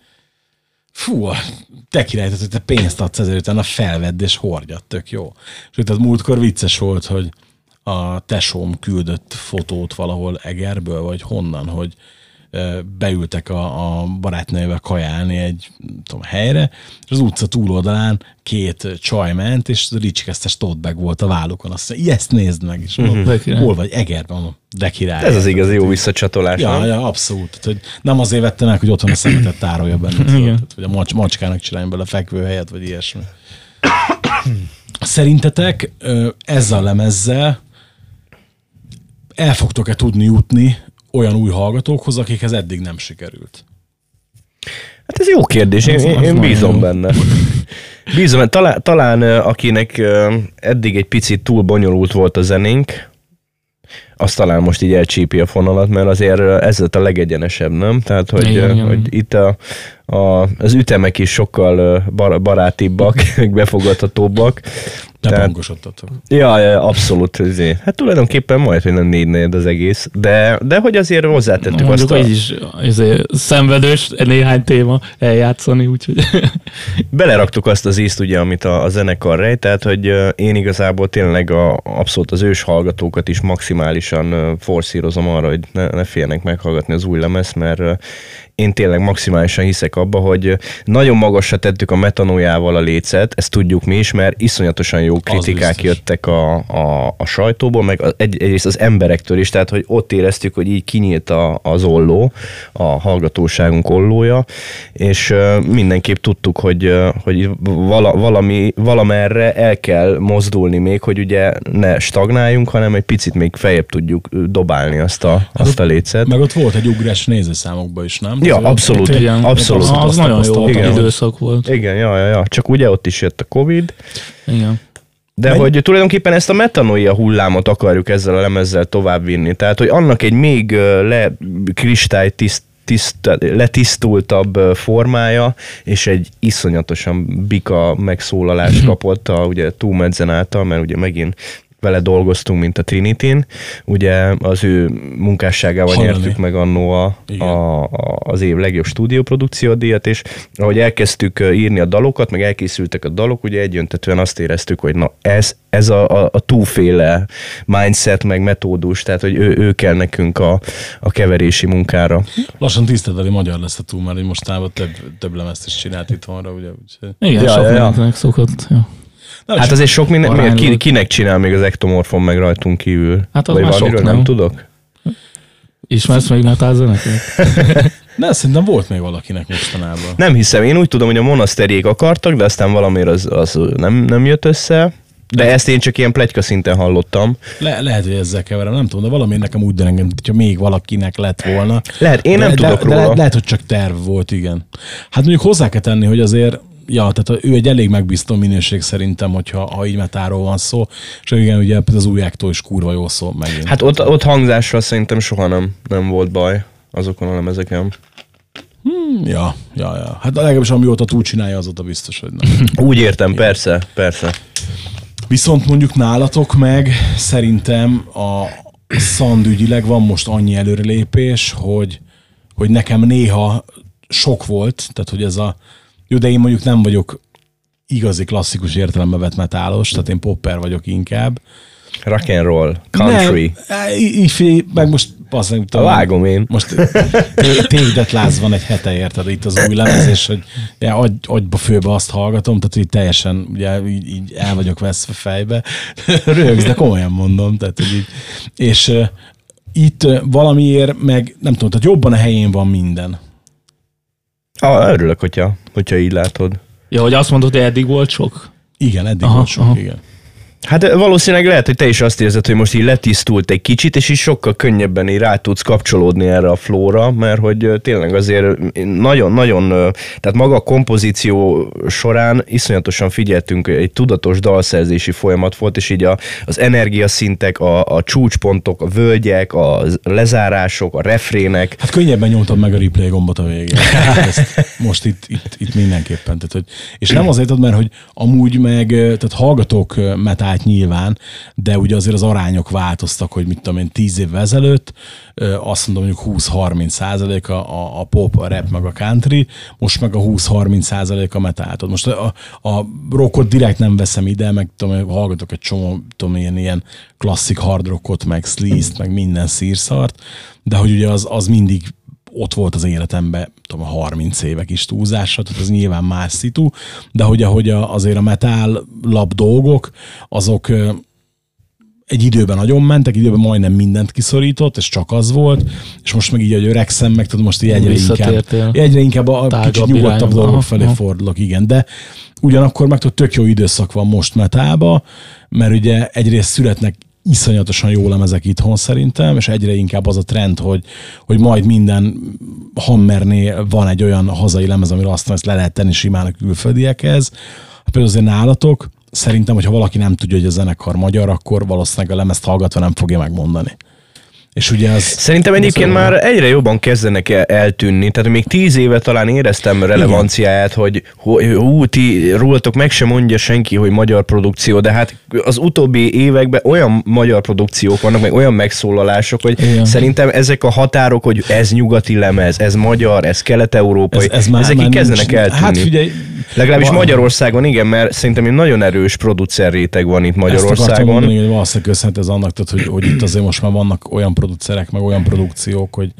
te király, hogy te pénzt adsz ezért, utána felvedd és hordjad, tök jó. És tehát múltkor vicces volt, hogy a tesóm küldött fotót valahol Egerből, vagy honnan, hogy beültek a barátnőjével kajálni egy helyre, és az utca túloldalán 2 csaj ment, és ricskesztes tote bag volt a vállukon. Azt mondja, ezt nézd meg, és hol vagy? Egerben, de király. Ez az igazi jó visszacsatolás. Ja, abszolút. Tehát, hogy nem azért vettem meg, hogy otthon a szemetet tárolja benne. Tehát, hogy a macskának csinálni bele fekvőhelyet, vagy ilyesmi. Szerintetek ezzel a lemezzel el fogtok-e tudni jutni olyan új hallgatókhoz, akikhez eddig nem sikerült? Hát ez jó kérdés, én bízom benne. Bízom, talán akinek eddig egy picit túl bonyolult volt a zenénk, azt talán most így elcsípi a fonalat, mert azért ez lett a legegyenesebb, nem? Tehát, hogy itt az ütemek is sokkal barátibbak, befogadhatóbbak. Bebangosodtatok. Ja, abszolút. Hát tulajdonképpen majd, hogy nem 4-4 az egész, de hogy azért hozzátettük mondjuk azt így is szenvedős néhány téma eljátszani, úgyhogy... Beleraktuk azt az ízt, ugye, amit a zenekar rejt, tehát, hogy én igazából tényleg abszolút az ős hallgatókat is maximálisan forszírozom arra, hogy ne féljenek meghallgatni az új lemezt, mert én tényleg maximálisan hiszek abba, hogy nagyon magasra tettük a metanójával a lécet, ezt tudjuk mi is, mert iszonyatosan jó kritikák jöttek a sajtóból, meg egyrészt az emberektől is, tehát hogy ott éreztük, hogy így kinyílt az olló, a hallgatóságunk ollója, és mindenképp tudtuk, hogy valamerre el kell mozdulni még, hogy ugye ne stagnáljunk, hanem egy picit még feljebb tudjuk dobálni azt a lécet. Meg ott volt egy ugrás nézőszámokban is, nem? Ja, abszolút. Abszolút. Az nagyon jó időszak volt. Igen, ja. Csak ugye ott is jött a Covid. Igen. De hogy tulajdonképpen ezt a metanoia hullámot akarjuk ezzel a lemezzel továbbvinni. Tehát, hogy annak egy még letisztultabb formája, és egy iszonyatosan bika megszólalást kapott ugye Túmedzen által, mert ugye megint vele dolgoztunk, mint a Trinityn. Ugye az ő munkásságával nyertük meg annó az év legjobb stúdióprodukciódíjat, és ahogy elkezdtük írni a dalokat, meg elkészültek a dalok, ugye egyöntetően azt éreztük, hogy na ez a túlféle mindset, meg metódus, tehát hogy ő kell nekünk a keverési munkára. Lassan tiszteleteli magyar lesz a túl, mert mostában több lemezt is csinált itthonra, ugye? Igen, sok mindenkinek szokott. Ja. Hát azért sok minden, kinek csinál még az ektomorfon meg rajtunk kívül? Hát az vagy már sok, nem tudok? Ismersz még metal zeneket? De szerintem volt még valakinek mostanában. Nem hiszem, én úgy tudom, hogy a Monaszteriék akartak, de aztán valamiért az nem jött össze. De ezt én csak ilyen pletyka szinten hallottam. Lehet, hogy ezzel keverem, nem tudom, de valami nekem úgy derengem, hogyha még valakinek lett volna. Lehet, én nem tudok róla. Lehet, hogy csak terv volt, igen. Hát mondjuk hozzá kell tenni, hogy azért tehát ő egy elég megbízható minőség szerintem, ha így metáról van szó, és igen, ugye az újjáktól is kurva jó szó megint. Hát ott hangzással szerintem soha nem volt baj azokon a lemezeken. Ja. Hát legalábbis amióta túl csinálja, azóta biztos, hogy nem. Úgy értem, persze. Viszont mondjuk nálatok meg szerintem a szandügyileg van most annyi előrelépés, hogy nekem néha sok volt, tehát hogy ez jó, de én mondjuk nem vagyok igazi klasszikus értelembe vett metálos, tehát én popper vagyok inkább. Rock and roll, country. Így meg most vágom én. Most Tégdet láz van egy hete, érted, itt az új lemez, és hogy agyba főbe azt hallgatom, tehát így teljesen ugye, így el vagyok veszve fejbe. Rögsz, de komolyan mondom. Tehát, hogy így, és itt valamiért meg nem tudom, tehát jobban a helyén van minden. Örülök, hogyha így látod. Ja, hogy azt mondod, hogy eddig volt sok? Igen, eddig volt sok, igen. Hát valószínűleg lehet, hogy te is azt érzed, hogy most így letisztult egy kicsit, és így sokkal könnyebben így rá tudsz kapcsolódni erre a flóra, mert hogy tényleg azért nagyon, tehát maga a kompozíció során iszonyatosan figyeltünk, egy tudatos dalszerzési folyamat volt, és így az energiaszintek, a csúcspontok, a völgyek, a lezárások, a refrének. Hát könnyebben nyomtad meg a replay gombot a végén. Most itt mindenképpen. Tehát, hogy, és nem azért, mert hogy amúgy meg, tehát hallgatók metált nyilván, de ugye azért az arányok változtak, hogy mit tudom én, 10 évvel ezelőtt, azt mondom, mondjuk 20-30% a pop, a rap, meg a country, most meg a 20-30% a metal. Most a rockot direkt nem veszem ide, meg tudom, hallgatok egy csomó, tudom, ilyen klasszik hard rockot, meg sleaze-t, meg minden szírszart, de hogy ugye az mindig ott volt az életemben, tudom, 30 évek is túlzásra, tehát ez nyilván más szitu, de hogy azért a metal lap dolgok, azok egy időben nagyon mentek, időben majdnem mindent kiszorított, és csak az volt, és most meg így, hogy öregszem, meg tudom, most így egyre inkább a kicsit nyugodtabb dolgok felé fordulok, igen, de ugyanakkor meg tök jó időszak van most metalba, mert ugye egyrészt születnek iszonyatosan jó lemezek itthon szerintem, és egyre inkább az a trend, hogy majd minden Hammernél van egy olyan hazai lemez, amiről azt le lehet tenni simán a külföldiekhez. Például azért nálatok, szerintem, hogyha valaki nem tudja, hogy a zenekar magyar, akkor valószínűleg a lemezt hallgatva nem fogja megmondani. És ugye az, szerintem egyébként már egyre jobban kezdenek eltűnni, tehát még 10 éve talán éreztem relevanciáját, hogy ti rólatok meg sem mondja senki, hogy magyar produkció, de hát az utóbbi években olyan magyar produkciók vannak, meg olyan megszólalások, hogy igen. Szerintem ezek a határok, hogy ez nyugati lemez, ez magyar, ez kelet-európai, ezek így kezdenek eltűnni. Hát figyelj, legalábbis Magyarországon, igen, mert szerintem egy nagyon erős producer réteg van itt Magyarországon. Ezt akartam mondani, hogy valószínűleg köszönhet ez annak, hogy itt azért most már vannak olyan producerek, meg olyan produkciók, hogy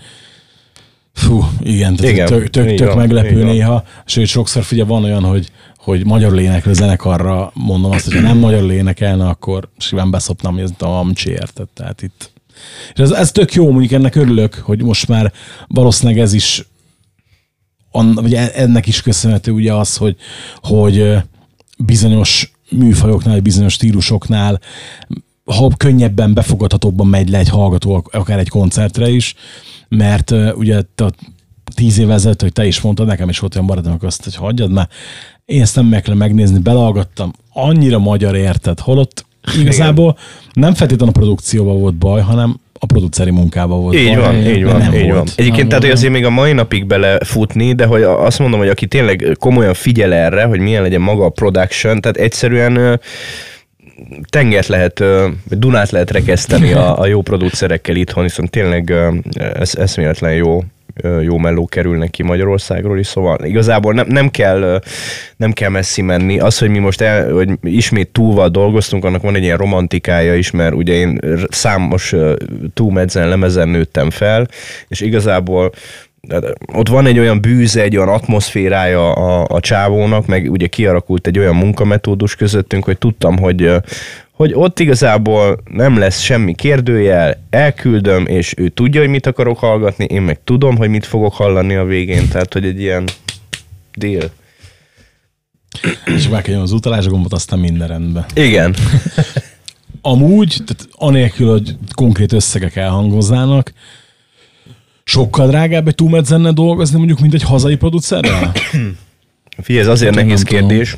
tök meglepő néha. Sőt, sokszor figyelj, van olyan, hogy magyarul éneklő zenekarra mondom azt, hogy ha nem magyarul énekelne, akkor simán beszopnám, hogy ez a mamcsi, érted? Tehát itt. És ez tök jó, mondjuk ennek örülök, hogy most már valószínűleg ez is vagy ennek is köszönhető ugye az, hogy bizonyos műfajoknál, bizonyos stílusoknál ha könnyebben, befogadhatóbban megy le egy hallgató, akár egy koncertre is, mert ugye 10 évvel ezelőtt, hogy te is mondtad, nekem is volt olyan barátom, azt, hogy hagyjad már, én ezt nem meg kell megnézni, belehallgattam, annyira magyar, érted, holott igazából nem feltétlenül a produkcióban volt baj, hanem a produceri munkában volt. Így van. Egyébként tehát, hogy azért még a mai napig belefutni, de hogy azt mondom, hogy aki tényleg komolyan figyel erre, hogy milyen legyen maga a production, tehát egyszerűen tengert lehet, Dunát lehet rekeszteni a jó producerekkel itthon, hiszen tényleg eszméletlen jó melló kerülnek ki Magyarországról is, szóval igazából nem kell messzi menni. Az, hogy mi most hogy ismét túlval dolgoztunk, annak van egy ilyen romantikája is, mert ugye én számos túlmedzen lemezen nőttem fel, és igazából ott van egy olyan bűze, egy olyan atmoszférája a csávónak, meg ugye kialakult egy olyan munkametódus közöttünk, hogy tudtam, hogy ott igazából nem lesz semmi kérdőjel, elküldöm, és ő tudja, hogy mit akarok hallgatni, én meg tudom, hogy mit fogok hallani a végén, tehát hogy egy ilyen deal. És meg kell az utalásgombot, aztán minden rendben. Igen. Amúgy, tehát anélkül, hogy konkrét összegek elhangoznának, sokkal drágább egy túlmedzennel dolgozni, mondjuk, mint egy hazai producerrel? Figyelj, ez azért nehéz kérdés,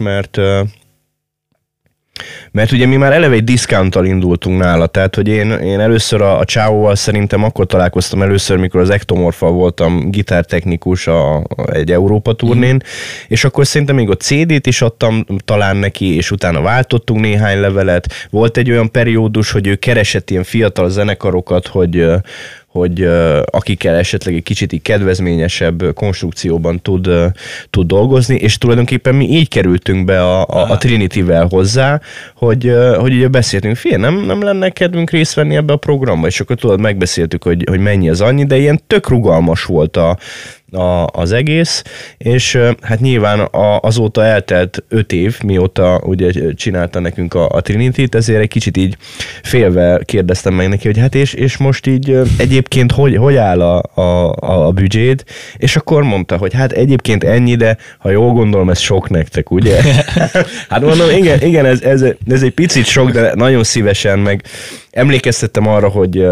mert ugye mi már eleve egy diszkánttal indultunk nála, tehát hogy én először a Csávóval szerintem akkor találkoztam először, mikor az Ektomorfa voltam gitártechnikus egy Európa turnén, és akkor szerintem még a CD-t is adtam talán neki, és utána váltottunk néhány levelet. Volt egy olyan periódus, hogy ő keresett ilyen fiatal zenekarokat, hogy akikkel esetleg egy kicsit így kedvezményesebb konstrukcióban tud dolgozni, és tulajdonképpen mi így kerültünk be a Trinity-vel hozzá, hogy ugye beszéltünk, nem lenne kedvünk részt venni ebbe a programba, és akkor tudod, megbeszéltük, hogy mennyi az annyi, de ilyen tök rugalmas volt az egész, és hát nyilván azóta eltelt 5 év, mióta ugye csinálta nekünk a Trinity-t, ezért egy kicsit így félve kérdeztem meg neki, hogy hát és most így egyébként hogy áll a büdzséd, és akkor mondta, hogy hát egyébként ennyi, de ha jól gondolom, ez sok nektek, ugye? Hát mondom, igen, ez egy picit sok, de nagyon szívesen, meg emlékeztettem arra, hogy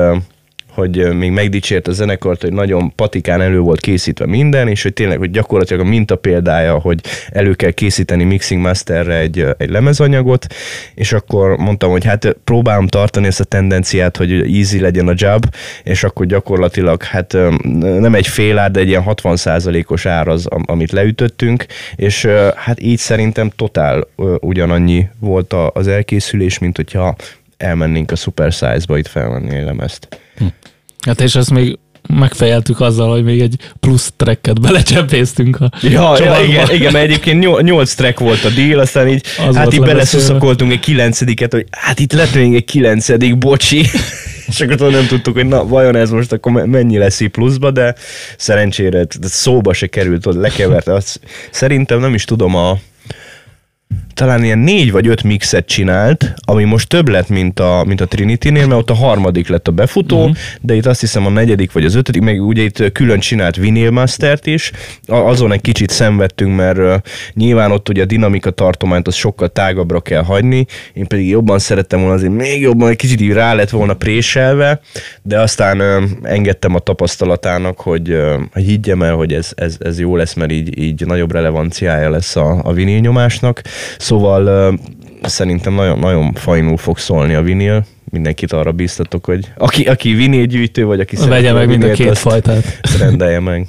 még megdicsért a zenekart, hogy nagyon patikán elő volt készítve minden, és hogy tényleg, hogy gyakorlatilag a mintapéldája, hogy elő kell készíteni mixing masterre egy lemezanyagot, és akkor mondtam, hogy hát próbálom tartani ezt a tendenciát, hogy easy legyen a job, és akkor gyakorlatilag hát nem egy fél ár, de egy ilyen 60%-os ár az, amit leütöttünk, és hát így szerintem totál ugyanannyi volt az elkészülés, mint hogyha elmennénk a Super Size-ba itt felvenni egy lemezt. Hát és ezt még megfejeltük azzal, hogy még egy plusz tracket belecsempésztünk a igen, mert egyébként 8 track volt a deal, aztán így, hát így beleszuszakoltunk egy 9-et, hogy hát itt lett még egy 9, bocsi. És akkor nem tudtuk, hogy na, vajon ez most akkor mennyi lesz így pluszba, de szerencsére szóba se került, hogy lekevert. Szerintem nem is tudom, talán ilyen 4 vagy 5 mixet csinált, ami most több lett, mint a Trinity-nél, mert ott a harmadik lett a befutó, de itt azt hiszem a 4. vagy az 5., meg ugye itt külön csinált vinyl mastert is, azon egy kicsit szenvedtünk, mert nyilván ott ugye a dinamika tartományt az sokkal tágabbra kell hagyni, én pedig jobban szerettem volna, azért még jobban, egy kicsit így rá lett volna préselve, de aztán engedtem a tapasztalatának, hogy higgyem el, hogy ez jó lesz, mert így nagyobb relevanciája lesz a vinil nyomásnak. Szóval szerintem nagyon, nagyon fajnul fog szólni a vinil. Mindenkit arra bíztatok, hogy aki vinilgyűjtő, vagy aki vegye meg mind a két fajtát. Rendelje meg.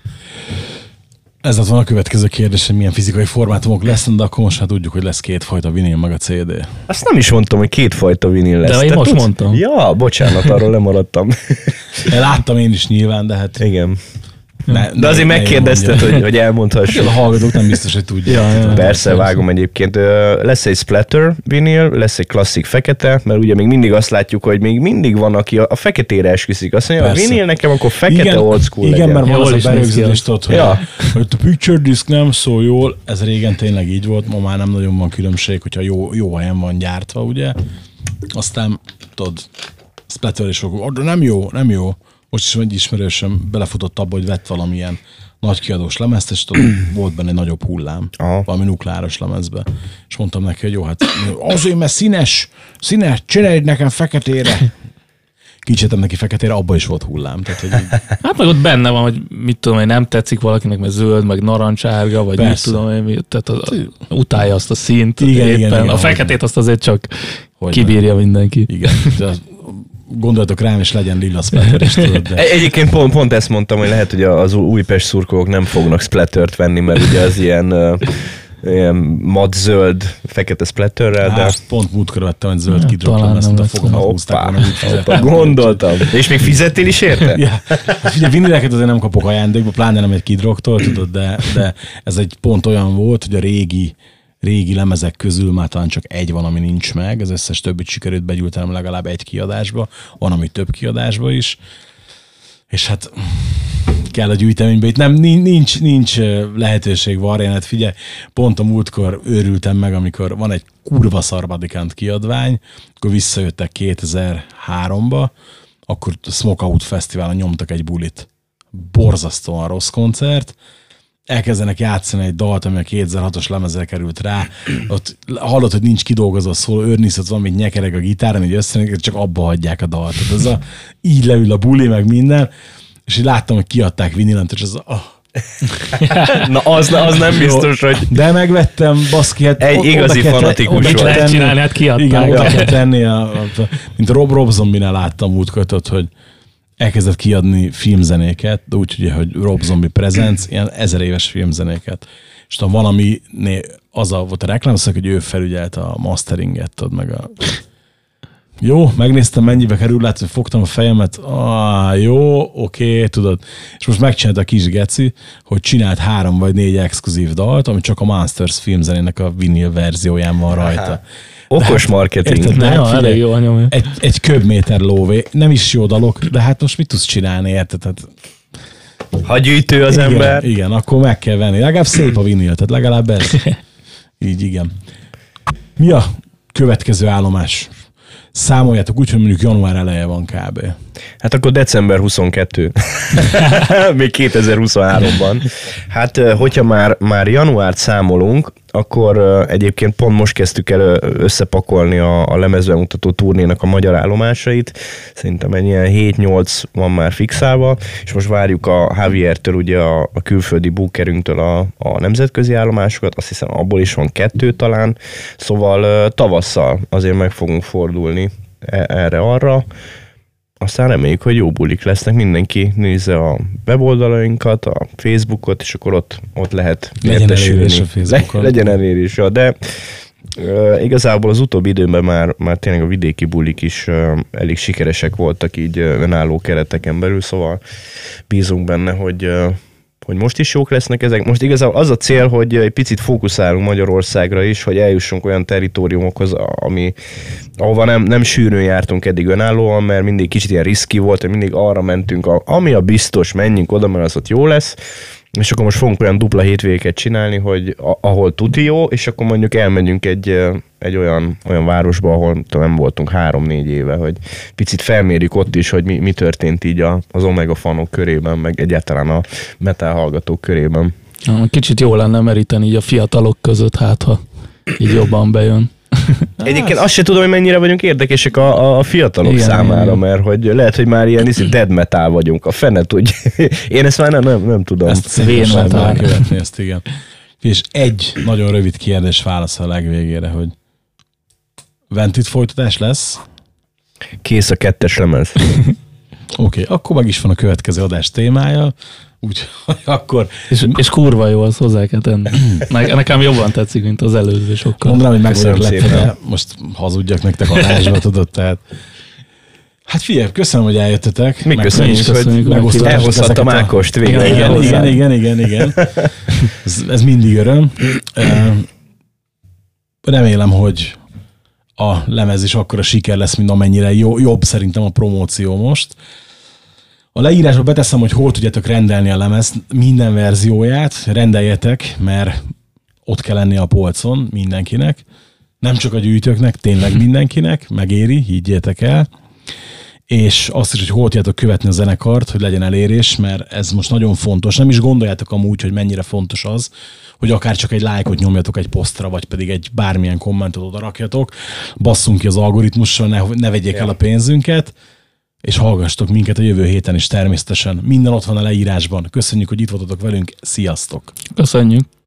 Ez lett volna a következő kérdés, hogy milyen fizikai formátumok lesznek, de akkor most már tudjuk, hogy lesz 2 fajta vinil, meg a CD. Azt nem is mondtam, hogy 2 fajta vinil lesz. De én most mondtam. Ja, bocsánat, arról lemaradtam. Láttam én is nyilván, de hát... Igen. De azért megkérdezted, hogy elmondhassuk. A hallgatók nem biztos, hogy tudják. Persze, vágom egyébként. Lesz egy splatter vinil, lesz egy klasszik fekete, mert ugye még mindig azt látjuk, hogy még mindig van, aki a feketére esküszik. Azt mondja, a vinil nekem akkor fekete old school legyen. Igen, mert van az a berögződés, tudod, hogy a picture disc nem szól jól, ez régen tényleg így volt, ma már nem nagyon van különbség, hogyha jó helyen van gyártva, ugye. Aztán, tudod, splatter is de nem jó. Most is egy ismerősöm belefutott abba, hogy vett valamilyen nagy kiadós lemezt, és volt benne egy nagyobb hullám, valami nukleáros lemezbe. És mondtam neki, hogy jó, hát azért, mert színes, csinálj nekem feketére. Kicsintem neki feketére, abba is volt hullám. Tehát, hogy hát meg ott benne van, hogy mit tudom én, nem tetszik valakinek, mert zöld, meg narancsárga, vagy mit tudom én, tehát utálja azt a színt. Igen, a feketét azt azért csak kibírja mindenki. Igen, gondoljatok rám, és legyen lila splatter is, tudod. De... Egyébként pont ezt mondtam, hogy lehet, hogy az Újpest szurkolók nem fognak splattert venni, mert ugye az ilyen madd-zöld, fekete splatterrel, de... Pont múltkor vettem egy zöld kidropom, ezt a fogamat húzták volna. Gondoltam. És még fizettél is érte? Ja. Hát ugye vinileket azért nem kapok ajándékba, pláne nem egy kidroktól, tudod, de ez egy pont olyan volt, hogy a régi lemezek közül már talán csak egy van, ami nincs meg, az összes többit sikerült begyűjtenem legalább egy kiadásba, van, ami több kiadásba is, és hát kell a gyűjteménybe, itt nincs lehetőség variált, figyelj, pont a múltkor őrültem meg, amikor van egy kurva szarbadikant kiadvány, akkor visszajöttek 2003-ba, akkor a Smokeout Fesztiválon nyomtak egy bulit, borzasztóan rossz koncert, elkezdenek játszani egy dalt, ami a 2006-os lemezre került rá, ott hallod, hogy nincs kidolgozva szól, őrniszot van, mint nyekereg a gitáron, így összenek, csak abba hagyják a dalt. Így leül a buli, meg minden, és így láttam, hogy kiadták vinilent, és Na az nem biztos, hogy... De megvettem, baszki, hát egy igazi fanatikus volt. Lehet csinálni, hát kiadták. Igen, oda kell tenni, mint a Rob Zombie-nál láttam múltkor, hogy elkezdett kiadni filmzenéket, de úgy, hogy Rob Zombie Presents, ilyen 1000 éves filmzenéket. És tudom, valami, az volt a reklámszak, hogy ő felügyelt a masteringet, tudod, meg a... Jó, megnéztem, mennyibe kerül, látod, hogy fogtam a fejemet, jó, oké, tudod. És most megcsinálta a kis geci, hogy csinált 3 vagy 4 exkluzív dalt, ami csak a Monsters filmzenének a vinyl verzióján van rajta. Okos marketing. Érted, elég jó anyom. Egy köbméter lóvé, nem is jó dalok, de hát most mit tudsz csinálni, érted? Hát, ha gyűjtő az ember. Igen, akkor meg kell venni. Legalább szép a vinyl, tehát legalább ez. Így, igen. Mi a következő állomás? Számoljátok úgy, hogy mondjuk január eleje van kb. Hát akkor december 22. Még 2023-ban. Hát, hogyha már januárt számolunk, akkor egyébként pont most kezdtük el összepakolni a lemezbemutató turnénak a magyar állomásait. Szerintem egy ilyen 7-8 van már fixálva, és most várjuk a Javiertől, ugye a külföldi bookerünktől a nemzetközi állomásokat, azt hiszem abból is van 2 talán, szóval tavasszal azért meg fogunk fordulni erre-arra. Aztán reméljük, hogy jó bulik lesznek, mindenki nézze a weboldalainkat, a Facebookot, és akkor ott lehet értesülni. Legyen elérés, de igazából az utóbbi időben már tényleg a vidéki bulik is elég sikeresek voltak így önálló kereteken belül, szóval bízunk benne, hogy most is jók lesznek ezek. Most igazából az a cél, hogy egy picit fókuszálunk Magyarországra is, hogy eljussunk olyan territóriumokhoz, ahova nem sűrűn jártunk eddig önállóan, mert mindig kicsit ilyen riszki volt, hogy mindig arra mentünk, ami a biztos, menjünk oda, mert az ott jó lesz. És akkor most fogunk olyan dupla hétvégeket csinálni, hogy ahol tuti jó, és akkor mondjuk elmegyünk egy olyan városba, ahol nem voltunk 3-4 éve, hogy picit felmérjük ott is, hogy mi történt így az Omega fanok körében, meg egyáltalán a metal hallgatók körében. Kicsit jó lenne meríteni így a fiatalok között, hát ha így jobban bejön. Egyébként azt se tudom, hogy mennyire vagyunk érdekesek a fiatalok számára, mert hogy lehet, hogy már ilyen dead metal vagyunk, a fene tudja. Én ezt már nem tudom. Ezt szépen követni, ezt igen. És egy nagyon rövid kérdés válasz a legvégére, hogy Ventit folytatás lesz? Kész a 2. lemez. Oké, akkor meg is van a következő adás témája, úgyhogy akkor... És kurva jó, az hozzá kell tenni. Nekem jobban tetszik, mint az előző sokkal. Mondanám, hogy meg vagyok lepve, de most hazudjak nektek adásba, tudod, tehát... Hát figyelj, köszönöm, hogy eljöttetek. Mi köszönjük, hogy elhozhattam Ákost végre. Igen. Ez mindig öröm. Remélem, hogy a lemez is akkora siker lesz, mint amennyire jobb szerintem a promóció most. A leírásba beteszem, hogy hol tudjátok rendelni a lemez minden verzióját, rendeljetek, mert ott kell lenni a polcon mindenkinek. Nem csak a gyűjtőknek, tényleg mindenkinek, megéri, higgyétek el. És azt is, hogy hol tudjátok követni a zenekart, hogy legyen elérés, mert ez most nagyon fontos. Nem is gondoljátok amúgy, hogy mennyire fontos az, hogy akár csak egy lájkot nyomjatok egy posztra, vagy pedig egy bármilyen kommentet oda rakjatok. Basszunk ki az algoritmussal, ne vegyék el a pénzünket, és hallgastok minket a jövő héten is természetesen. Minden ott van a leírásban. Köszönjük, hogy itt voltatok velünk. Sziasztok! Köszönjük!